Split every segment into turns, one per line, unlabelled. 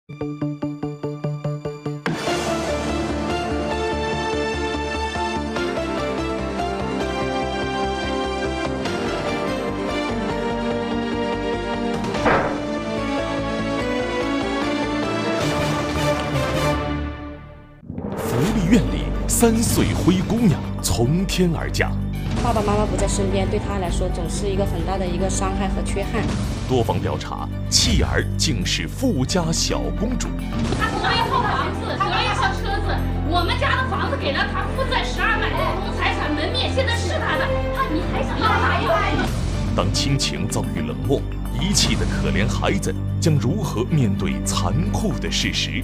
院里3岁灰姑娘从天而降，
爸爸妈妈不在身边，对她来说总是一个很大的一个伤害和缺憾。
多方调查，弃儿竟是富家小公主。
她得了一套房子，得了一套车子，我们家的房子给了她，负债12万多，财产门面现在是她的，你还想要啥呀？
当亲情遭遇冷漠，遗弃的可怜孩子将如何面对残酷的事实？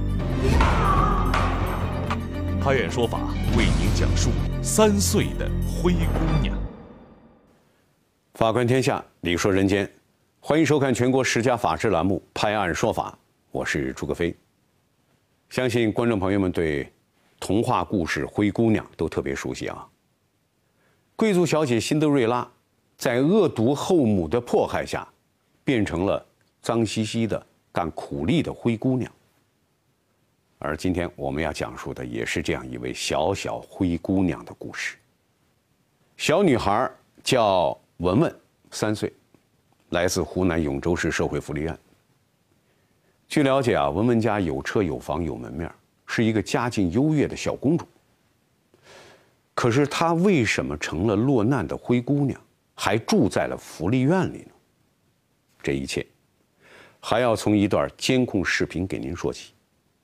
拍案说法为您讲述3岁的灰姑娘。
法观天下，理说人间，欢迎收看全国10家法制栏目《拍案说法》，我是朱克飞。相信观众朋友们对童话故事《灰姑娘》都特别熟悉啊。贵族小姐辛德瑞拉在恶毒后母的迫害下，变成了脏兮兮的干苦力的灰姑娘。而今天我们要讲述的也是这样一位小小灰姑娘的故事。小女孩叫文文，3岁，来自湖南永州市社会福利院。据了解啊，文文家有车有房有门面，是一个家境优越的小公主。可是她为什么成了落难的灰姑娘，还住在了福利院里呢？这一切还要从一段监控视频给您说起。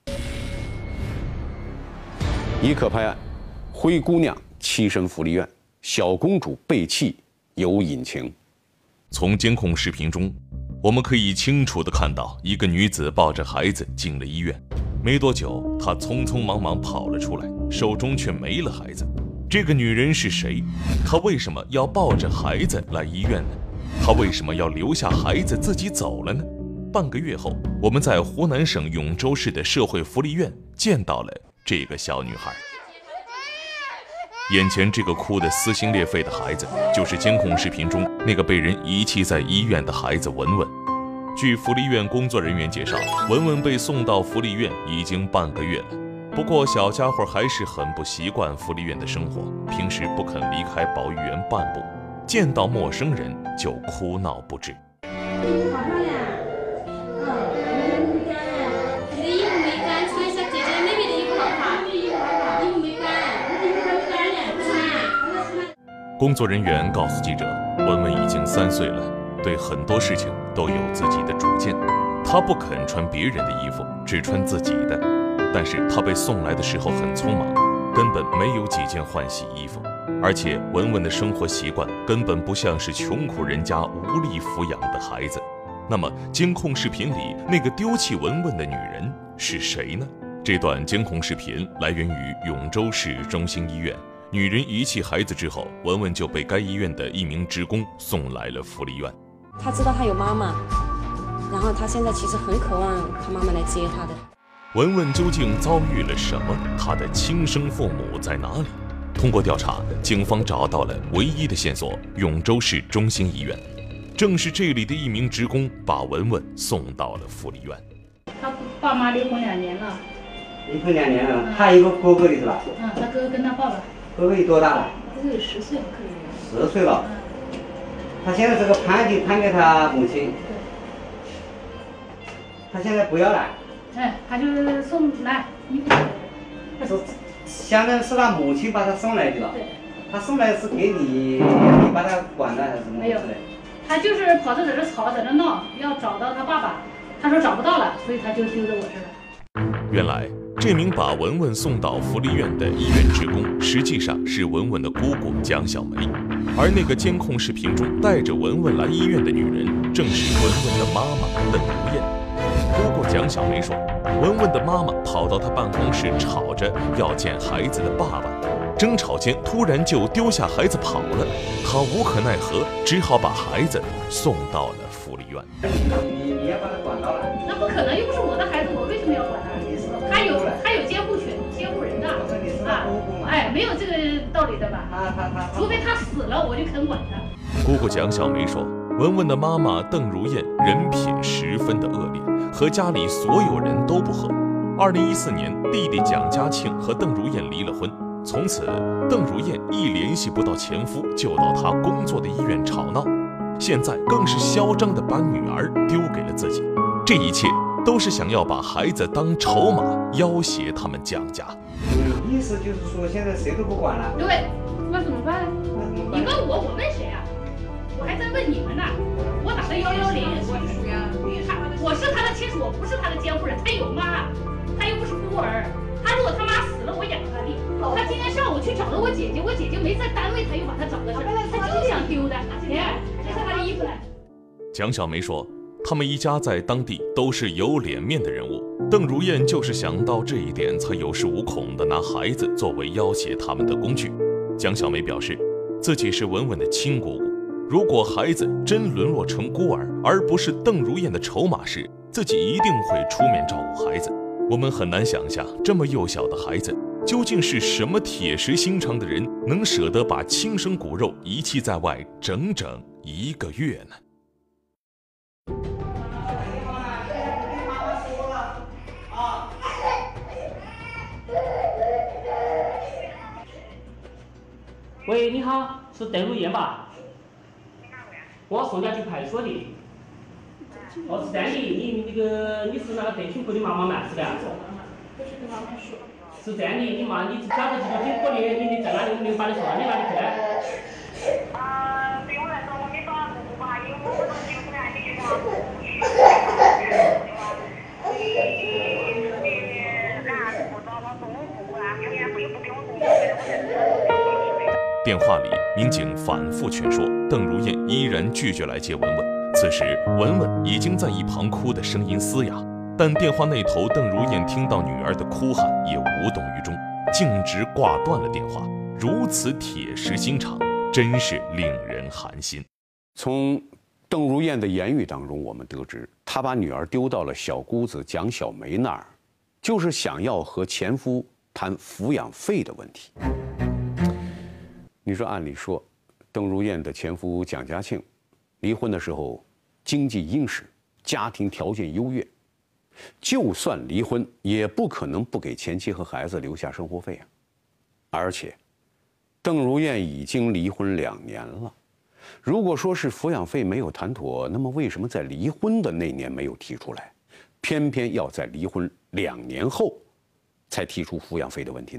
一刻拍案，灰姑娘栖身福利院，小公主被弃有隐情。
从监控视频中，我们可以清楚地看到一个女子抱着孩子进了医院，没多久，她匆匆忙忙跑了出来，手中却没了孩子。这个女人是谁？她为什么要抱着孩子来医院呢？她为什么要留下孩子自己走了呢？半个月后，我们在湖南省永州市的社会福利院见到了这个小女孩。眼前这个哭得撕心裂肺的孩子，就是监控视频中那个被人遗弃在医院的孩子文文。据福利院工作人员介绍，文文被送到福利院已经半个月了。不过小家伙还是很不习惯福利院的生活，平时不肯离开保育员半步，见到陌生人就哭闹不止。
好漂亮。
工作人员告诉记者，文文已经3岁了，对很多事情都有自己的主见。她不肯穿别人的衣服，只穿自己的。但是她被送来的时候很匆忙，根本没有几件换洗衣服。而且文文的生活习惯根本不像是穷苦人家无力抚养的孩子。那么监控视频里那个丢弃文文的女人是谁呢？这段监控视频来源于永州市中心医院。女人遗弃孩子之后，文文就被该医院的一名职工送来了福利院。
她知道她有妈妈，然后她现在其实很渴望她妈妈来接她的。
文文究竟遭遇了什么？她的亲生父母在哪里？通过调查，警方找到了唯一的线索——永州市中心医院。正是这里的一名职工把文文送到了福利院。
他爸妈离婚2年了。
离婚2年了，他有个哥哥的是吧？
他哥哥跟他爸爸。
哥哥有多大了
哥哥有10岁了，可以。
10岁了。他现在这个判就判给他母亲。他现在不要了。
他就送来衣服。
他说，相当于是他母亲把他送来的了。
对。
他送来是给你把他管了还是什么？
没有。他就是跑到在这吵，在这闹，要找到他爸爸。他说找不到了，所以他就丢在我这儿。
原来。这名把文文送到福利院的医院职工，实际上是文文的姑姑蒋小梅，而那个监控视频中带着文文来医院的女人，正是文文的妈妈邓如燕。姑姑蒋小梅说，文文的妈妈跑到她办公室吵着要见孩子的爸爸，争吵间突然就丢下孩子跑了，她无可奈何，只好把孩子送到了福利院。
你要把他管到了？
那不可能，又不是我的孩子，我为什么要管他？他有监护权，监护人的没有这个道理的吧？除非他死了，我就肯管他。
姑姑蒋小梅说， 文文的妈妈邓如燕人品十分的恶劣，和家里所有人都不和。2014年，弟弟蒋家庆和邓如燕离了婚，从此邓如燕一联系不到前夫，就到她工作的医院吵闹，现在更是嚣张地把女儿丢给了自己。这一切都是想要把孩子当筹码，要挟他们蒋家。
意思就是说，现在谁都不管了。
对，那怎么办？你问我，我问谁啊？我还在问你们呢。我打的110，我是他的亲属，我不是他的监护人。他有妈，他又不是孤儿。他如果他妈死了，我养他的。他今天上午去找了我姐姐，我姐姐没在单位，他又把他找到这儿，他就想丢的。哎，这是他的衣服来。
蒋小梅说，他们一家在当地都是有脸面的人物，邓如燕就是想到这一点，才有恃无恐地拿孩子作为要挟他们的工具。蒋小梅表示，自己是文文的亲姑姑，如果孩子真沦落成孤儿，而不是邓如燕的筹码时，自己一定会出面照顾孩子。我们很难想象，这么幼小的孩子，究竟是什么铁石心肠的人，能舍得把亲生骨肉遗弃在外整整1个月呢？
喂，你好，是邓如燕吧？我送家去派出所的。哦，是这样的，你是那个邓清国的妈妈吗？是的。是这样的，你找到这个挺可怜，你在哪里？你把你送到你哪里去呢？
对我来说，我没找姑姑吧，因为我不是就是来你给他。
电话里，民警反复劝说，邓如燕依然拒绝来接文文。此时，文文已经在一旁哭得声音嘶哑，但电话那头邓如燕听到女儿的哭喊，也无动于衷，径直挂断了电话。如此铁石心肠，真是令人寒心。
从邓如燕的言语当中，我们得知，她把女儿丢到了小姑子蒋小梅那儿，就是想要和前夫谈抚养费的问题。你说，按理说，邓如燕的前夫蒋家庆离婚的时候，经济殷实，家庭条件优越，就算离婚，也不可能不给前妻和孩子留下生活费啊。而且，邓如燕已经离婚2年了，如果说是抚养费没有谈妥，那么为什么在离婚的那年没有提出来，偏偏要在离婚2年后才提出抚养费的问题呢？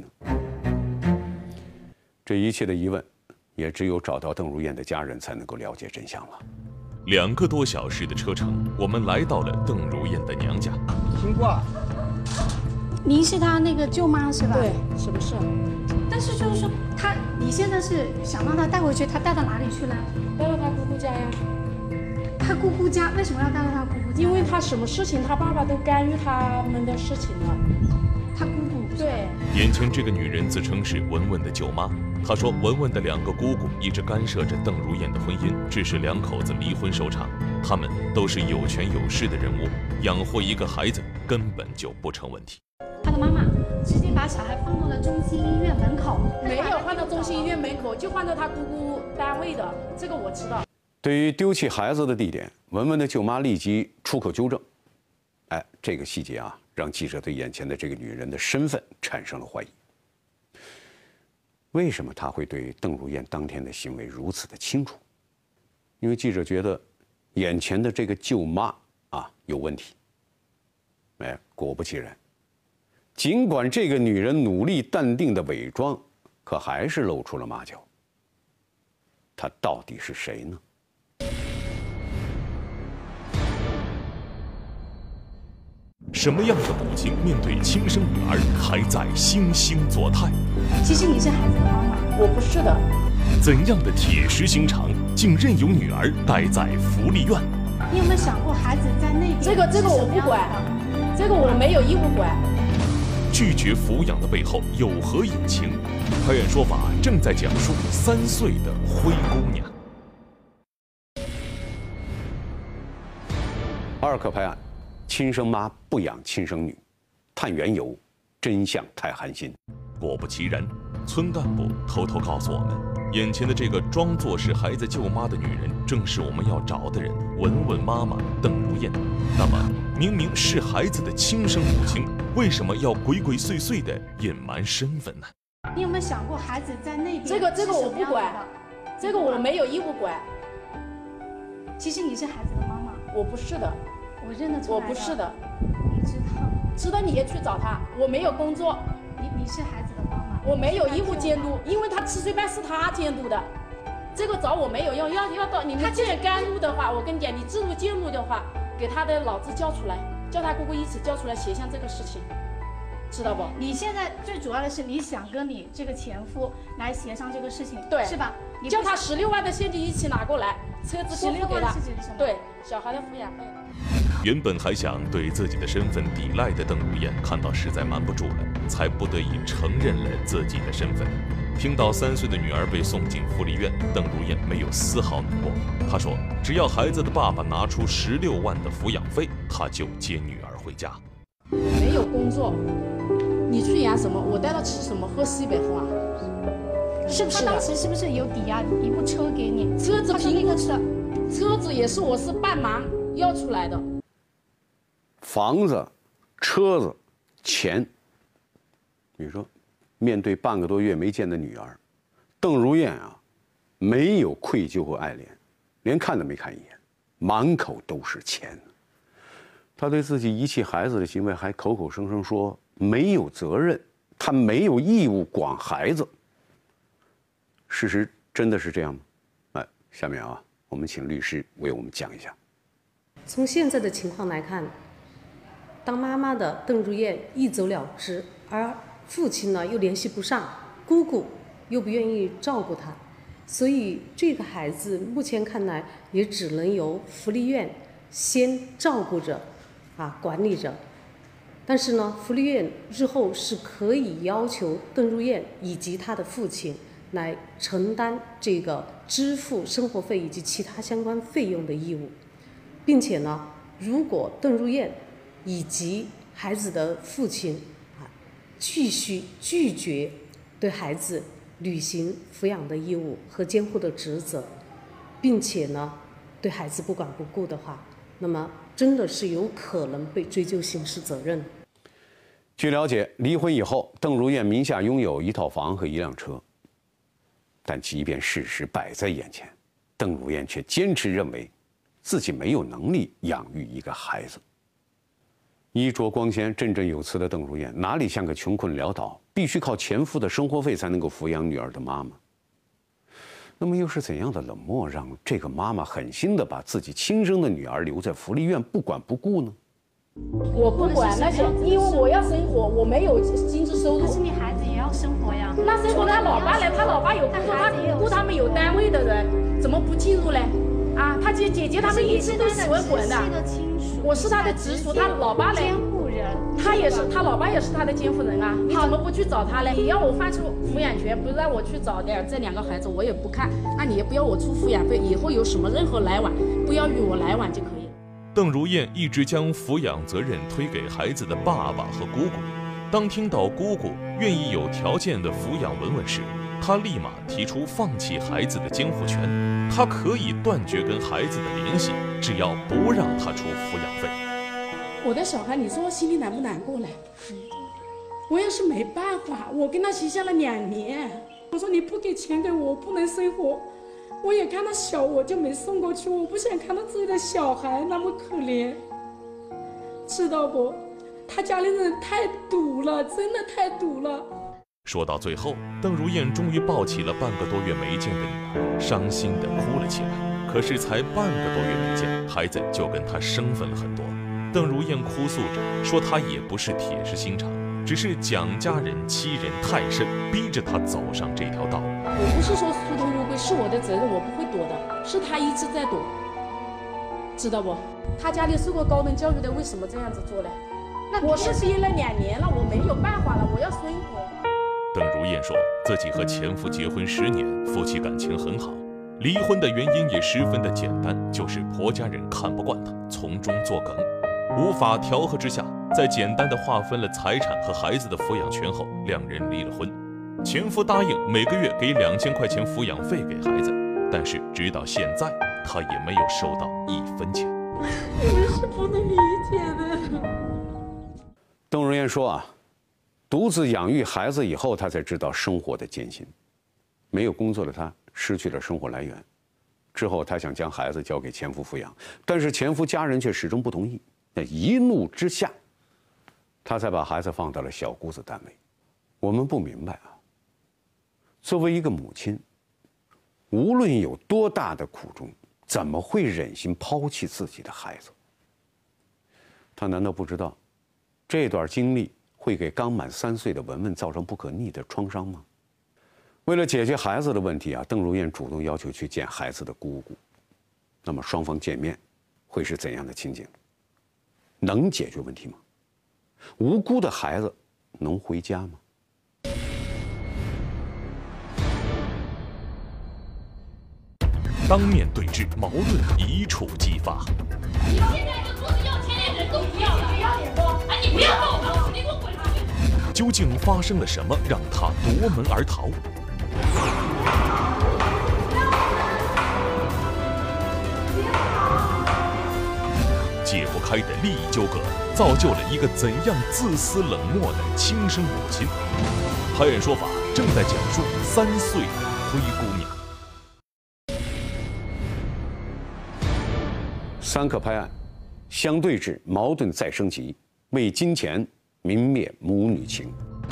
这一切的疑问，也只有找到邓如燕的家人才能够了解真相了。
2个多小时的车程，我们来到了邓如燕的娘家。
听过啊？
您是她那个舅妈是吧？
对，是不是？
但是就是说，你现在是想让她带回去，她带到哪里去呢？
带到他姑姑家呀。
她姑姑家为什么要带到她姑姑家？
因为他什么事情，他爸爸都干预他们的事情了。
她姑姑
对。
眼前这个女人自称是文文的舅妈。她说，文文的2个姑姑一直干涉着邓如燕的婚姻，致使2口子离婚收场。他们都是有权有势的人物，养活一个孩子根本就不成问题。
她的妈妈直接把小孩放到了中心医院门口，
没有放到中心医院门口，就放到他姑姑单位的，这个我知道。
对于丢弃孩子的地点，文文的舅妈立即出口纠正。哎，这个细节啊，让记者对眼前的这个女人的身份产生了怀疑。为什么她会对邓如燕当天的行为如此的清楚？因为记者觉得，眼前的这个舅妈啊有问题。哎，果不其然，尽管这个女人努力淡定的伪装，可还是露出了马脚。她到底是谁呢？
什么样的母亲面对亲生女儿还在惺惺作态？
其实你是孩子的妈妈，
我不是的。
怎样的铁石心肠，竟任由女儿待在福利院？
你有没有想过孩子在那边？
这个我不管，这个我没有义务管。
拒绝抚养的背后有何隐情？拍案说法正在讲述3岁的灰姑娘。
2克拍案，亲生妈不养亲生女，探缘由，真相太寒心。
果不其然， 村干部偷偷告诉我们，眼前的这个装作是孩子舅妈的女人，正是我们要找的人——文文妈妈邓如燕。那么，明明是孩子的亲生母亲，为什么要鬼鬼祟祟地隐瞒身份呢？
你有没有想过孩子在那边？
这个我不管，这个我没有义务管。
其实你是孩子的妈妈。
我不是的，
我认得出来。
我不是的。
你知道？
知道你也去找他，我没有工作。
你是孩子的妈妈。
我没有义务监督，因为他吃睡班是他监督的，这个找我没有用。要到你们既然干预的话，我跟你讲，你制度介入的话，给他的老子叫出来，叫他姑姑一起叫出来协商这个事情，知道不？
你现在最主要的是你想跟你这个前夫来协商这个事情，
对，
是吧？
你叫他16万的现金一起拿过来，车子过户给他，对，小孩的抚养费。
原本还想对自己的身份抵赖的邓如燕，看到实在瞒不住了，才不得已承认了自己的身份。听到3岁的女儿被送进福利院，邓如燕没有丝毫难过。她说：“只要孩子的爸爸拿出16万的抚养费，她就接女儿回家。”
没有工作，你去养什么？我带他吃什么？喝400户啊？是不是？
他当时是不是有抵押一部车给你？
车子凭个车，车子也是我是半忙要出来的。
房子、车子、钱，你说，面对半个多月没见的女儿，邓如燕啊，没有愧疚和爱怜，连看都没看一眼，满口都是钱。她对自己遗弃孩子的行为还口口声声说没有责任，她没有义务管孩子。事实真的是这样吗？哎，下面啊，我们请律师为我们讲一下。
从现在的情况来看，当妈妈的邓如燕一走了之，而父亲呢又联系不上，姑姑又不愿意照顾他，所以这个孩子目前看来也只能由福利院先照顾着，管理着。但是呢，福利院日后是可以要求邓如燕以及他的父亲来承担这个支付生活费以及其他相关费用的义务，并且呢，如果邓如燕以及孩子的父亲继续拒绝对孩子履行抚养的义务和监护的职责，并且呢对孩子不管不顾的话，那么真的是有可能被追究刑事责任。
据了解，离婚以后，邓如燕名下拥有1套房和1辆车，但即便事实摆在眼前，邓如燕却坚持认为自己没有能力养育一个孩子。衣着光鲜、振振有词的邓如燕，哪里像个穷困潦倒、必须靠前夫的生活费才能够抚养女儿的妈妈？那么又是怎样的冷漠，让这个妈妈狠心地把自己亲生的女儿留在福利院不管不顾呢？
我不管那些，因为我要生活，我没有经济收入。
但是你孩子也要生活呀。
那生活他老爸嘞，他老爸有工作，他雇他们有单位的人，怎么不进入嘞？他姐姐他们一直都死为滚的。我是他的直属，他老爸嘞，
监护人，
他也是，他老爸也是他的监护人啊。你怎么不去找他嘞？你要我放出抚养权，不让我去找这2个孩子，我也不看。那你也不要我出抚养费，以后有什么任何来往，不要与我来往就可以了。
邓如燕一直将抚养责任推给孩子的爸爸和姑姑。当听到姑姑愿意有条件的抚养文文时，她立马提出放弃孩子的监护权，她可以断绝跟孩子的联系，只要不让他出抚养费。
我的小孩，你说我心里难不难过嘞？我也是没办法，我跟他协商了2年，我说你不给钱给我，我不能生活。我也看他小，我就没送过去，我不想看到自己的小孩那么可怜，知道不？他家里人太堵了，真的太堵了。
说到最后，邓如燕终于抱起了半个多月没见的女儿，伤心地哭了起来。可是才半个多月没见，孩子就跟她生分了很多。邓如燕哭诉着说，她也不是铁石心肠，只是蒋家人欺人太甚，逼着她走上这条道路。
我不是说殊途如归，是我的责任，我不会躲的，是他一直在躲，知道不？他家里受过高等教育的，为什么这样子做呢？我是憋了2年了，我没有办法了，我要生活。
邓如燕说自己和前夫结婚10年，夫妻感情很好，离婚的原因也十分的简单，就是婆家人看不惯她，从中作梗。无法调和之下，在简单的划分了财产和孩子的抚养权后，2人离了婚。 前夫答应每个月给2000块钱抚养费给孩子，但是直到现在，他也没有收到1分钱。
我是不能理解的。
邓如燕说啊，独自养育孩子以后，她才知道生活的艰辛。没有工作的她失去了生活来源，之后她想将孩子交给前夫抚养，但是前夫家人却始终不同意。那一怒之下，她才把孩子放到了小姑子单位。我们不明白啊，作为一个母亲，无论有多大的苦衷，怎么会忍心抛弃自己的孩子？她难道不知道，这段经历会给刚满3岁的文文造成不可逆的创伤吗？为了解决孩子的问题啊，邓如燕主动要求去见孩子的姑姑。那么双方见面，会是怎样的情景？能解决问题吗？无辜的孩子能回家吗？
当面对质，矛盾一触即发。
你现在就桌子要钱连人都不要了，要脸不？哎，你不要跟我搞事，你给我滚出去！
究竟发生了什么，让他夺门而逃？解不开的利益纠葛，造就了一个怎样自私冷漠的亲生母亲。拍案说法正在讲述3岁的灰姑娘。
3克拍案，相对峙，矛盾再升级，为金钱泯灭母女情。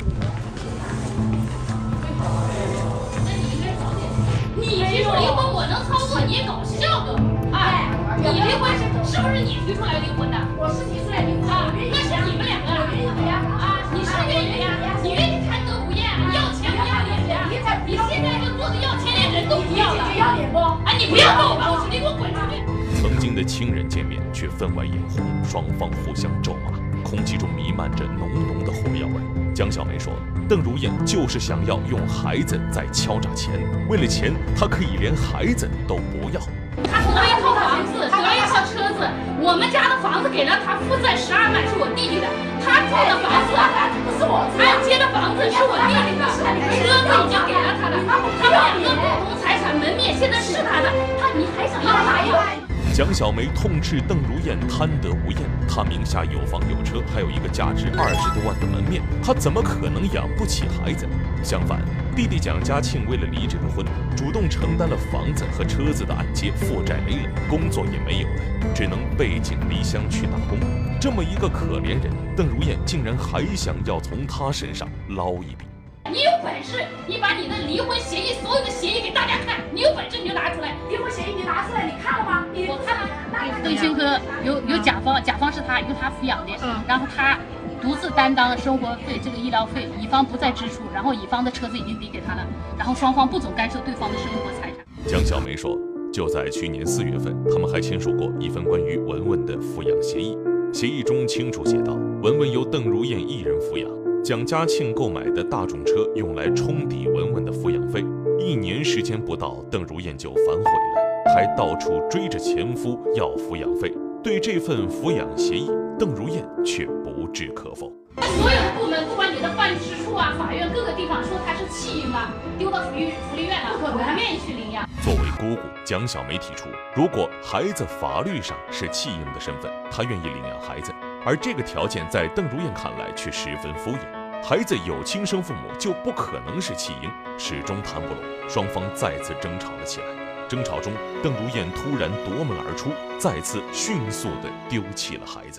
你提出离婚，我能操作，你搞笑个？哎，你离婚是不是你提出来离婚的？我是提出来离婚啊，那是你们2个啊，你是愿意呀？你愿意贪得无厌啊？要钱不要脸呀？你现在就坐着要钱连人都不要了，要脸不？哎，你不要跟我搞事，你给我滚出去！
曾经的亲人见面却分外眼红，双方互相咒骂，空气中弥漫着浓浓的火药味。江小梅说，邓如燕就是想要用孩子在敲诈钱，为了钱，她可以连孩子都不要。
他得了一套房子，得了一套车子，我们家的房子给了他，负债12万是我弟弟的，他住的房子不是我按揭的房子是我弟弟的，车子已经给了他了，他们2个共同财产门面现在是他的，你还想要啥呀？
蒋小梅痛斥邓如燕贪得无厌，她名下有房有车，还有一个价值20多万的门面，她怎么可能养不起孩子？相反，弟弟蒋家庆为了离这个婚，主动承担了房子和车子的按揭，负债累累，工作也没有了，只能背井离乡去打工。这么一个可怜人，邓如燕竟然还想要从他身上捞一笔。
你有本事，你把你的离婚协议所有的协议给大家看，你有本事你就拿出来。离婚协议你拿出来，你看了吗？我看了。
邓清科有甲方，甲方是他由他抚养的，然后他独自担当生活费这个医疗费，乙方不再支出，然后乙方的车子已经抵给他了，然后双方不总干涉对方的生活财产。
江小梅说，就在去年4月份，他们还签署过一份关于文文的抚养协议，协议中清楚写道，文文由邓如燕一人抚养。蒋家庆购买的大众车用来冲抵文文的抚养费，1年时间不到，邓如燕就反悔了，还到处追着前夫要抚养费。对这份抚养协议，邓如燕却不置可否。
所有的部门，不管你的办事处啊、法院各个地方说他是弃婴了，丢到福利院了，我不愿意去领养。
作为姑姑，蒋小梅提出，如果孩子法律上是弃婴的身份，她愿意领养孩子。而这个条件在邓如燕看来却十分敷衍，孩子有亲生父母就不可能是弃婴，始终谈不拢，双方再次争吵了起来。争吵中，邓如燕突然夺门而出，再次迅速地丢弃了孩子。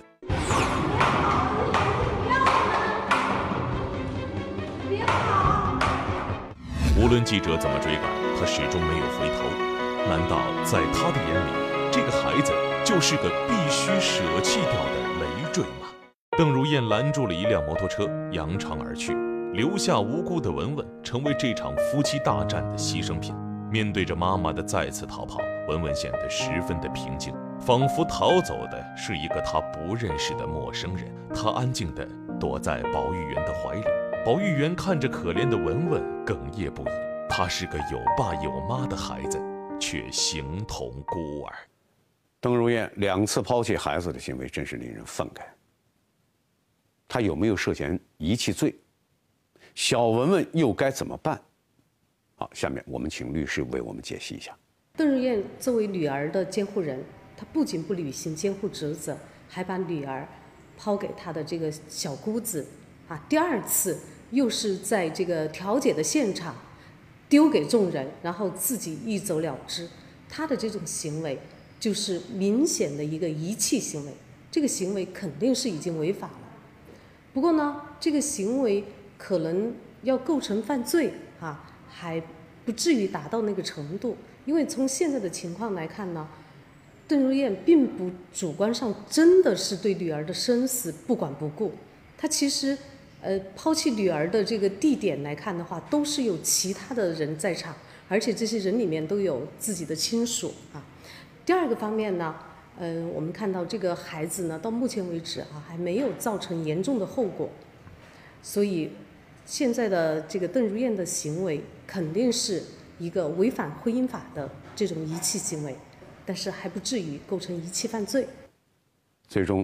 无论记者怎么追赶，他始终没有回头。难道在他的眼里，这个孩子就是个必须舍弃掉的累赘吗？邓如燕拦住了一辆摩托车，扬长而去，留下无辜的文文成为这场夫妻大战的牺牲品。面对着妈妈的再次逃跑，文文显得十分的平静，仿佛逃走的是一个他不认识的陌生人。他安静地躲在保育员的怀里，保育员看着可怜的文文，哽咽不已。他是个有爸有妈的孩子，却形同孤儿。
邓如燕2次抛弃孩子的行为真是令人愤慨。他有没有涉嫌遗弃罪？ 小文文又该怎么办？好，下面我们请律师为我们解析一下。
邓如燕作为女儿的监护人，她不仅不履行监护职责，还把女儿抛给她的这个小姑子，第二次又是在这个调解的现场丢给众人，然后自己一走了之。她的这种行为就是明显的一个遗弃行为，这个行为肯定是已经违法了。不过呢，这个行为可能要构成犯罪还不至于达到那个程度，因为从现在的情况来看呢，邓如燕并不主观上真的是对女儿的生死不管不顾，她其实抛弃女儿的这个地点来看的话，都是有其他的人在场，而且这些人里面都有自己的亲属第二个方面呢，我们看到这个孩子呢，到目前为止还没有造成严重的后果，所以现在的这个邓如燕的行为肯定是一个违反婚姻法的这种遗弃行为，但是还不至于构成遗弃犯罪。
最终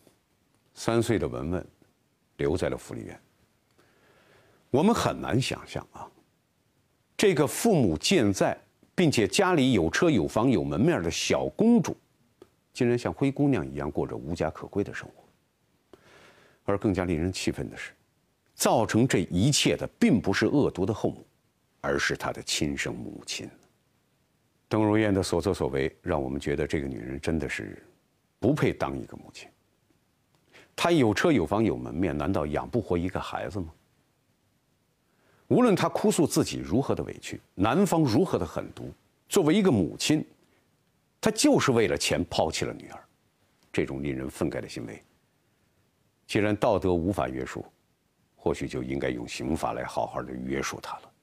，3岁的文文留在了福利院。我们很难想象这个父母健在，并且家里有车有房有门面的小公主，竟然像灰姑娘一样过着无家可归的生活。而更加令人气愤的是，造成这一切的并不是恶毒的后母，而是她的亲生母亲。邓如燕的所作所为，让我们觉得这个女人真的是不配当一个母亲。她有车有房有门面，难道养不活一个孩子吗？无论她哭诉自己如何的委屈，男方如何的狠毒，作为一个母亲，她就是为了钱抛弃了女儿。这种令人愤慨的行为，既然道德无法约束，或许就应该用刑法来好好的约束她了。